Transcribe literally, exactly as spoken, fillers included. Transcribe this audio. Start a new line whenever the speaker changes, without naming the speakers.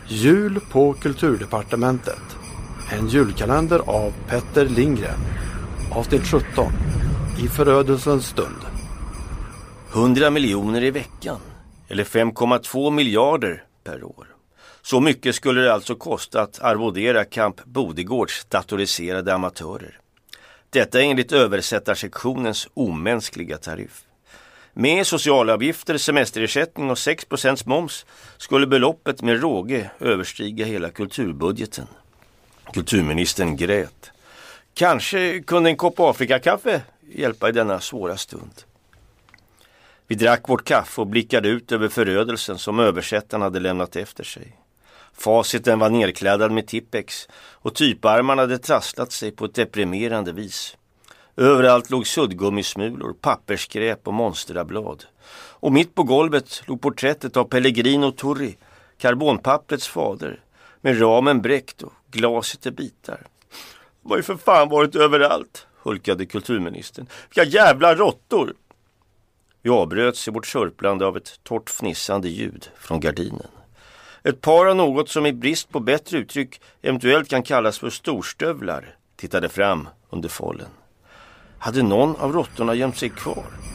Jul på Kulturdepartementet. En julkalender av Petter Lindgren. Avsnitt sjutton. I förödelsens stund.
hundra miljoner i veckan. Eller fem komma två miljarder per år. Så mycket skulle det alltså kosta att arvodera Camp Bodegårds datoriserade amatörer. Detta är enligt översättarsektionens omänskliga tariff. Med socialavgifter, semesterersättning och sex procent moms skulle beloppet med råge överstiga hela kulturbudgeten. Kulturministern grät. Kanske kunde en kopp Afrikakaffe hjälpa i denna svåra stund. Vi drack vårt kaffe och blickade ut över förödelsen som översättaren hade lämnat efter sig. Faciten var nerkläddad med Tippex och typarmarna hade trasslat sig på ett deprimerande vis. Överallt låg suddgummismulor, pappersskräp och monsterablad. Och mitt på golvet låg porträttet av Pellegrino Turri, karbonpapprets fader, med ramen bräckt och glaset i bitar. Det var ju för fan varit överallt, hulkade kulturministern. Vilka jävla råttor! Vi avbröts i vårt sörplande av ett torrt fnissande ljud från gardinen. Ett par av något som i brist på bättre uttryck eventuellt kan kallas för storstövlar tittade fram under follen. Hade någon av råttorna gömt sig kvar?